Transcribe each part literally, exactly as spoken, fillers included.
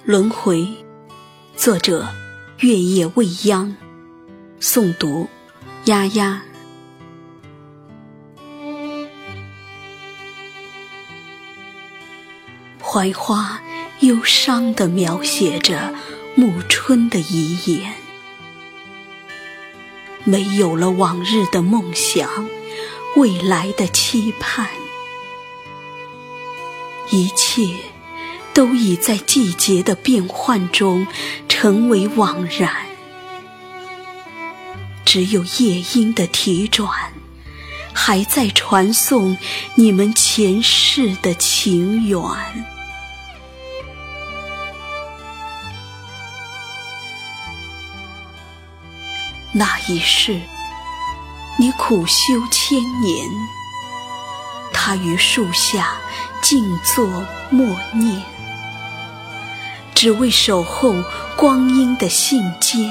轮回，作者月夜未央，诵读丫丫。槐花忧伤地描写着暮春的遗言，没有了往日的梦想，未来的期盼，一切都已在季节的变换中成为惘然，只有夜莺的啼转还在传颂你们前世的情缘。那一世你苦修千年，他于树下静坐默念，只为守候光阴的信笺。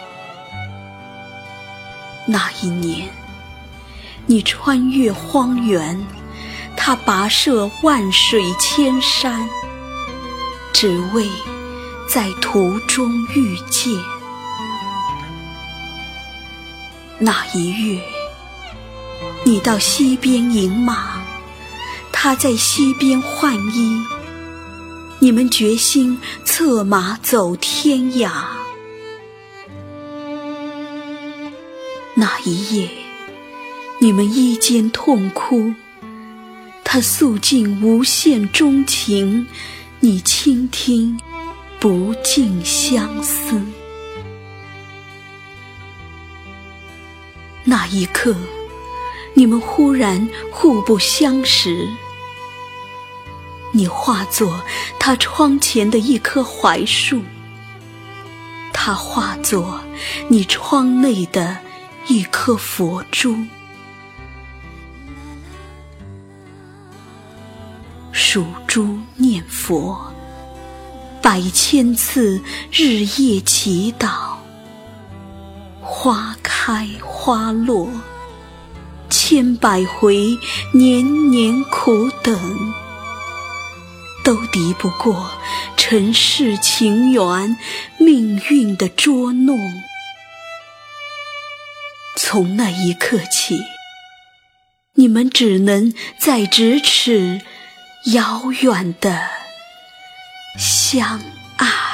那一年你穿越荒原，他跋涉万水千山，只为在途中遇见。那一月你到溪边饮马，他在溪边换衣，你们决心策马走天涯。那一夜你们依肩痛哭，他诉尽无限钟情，你倾听不尽相思。那一刻你们忽然互不相识，你化作他窗前的一棵槐树，他化作你窗内的一颗佛珠。数珠念佛，百千次日夜祈祷，花开花落，千百回年年苦等，都敌不过尘世情缘命运的捉弄。从那一刻起，你们只能在咫尺遥远的相爱。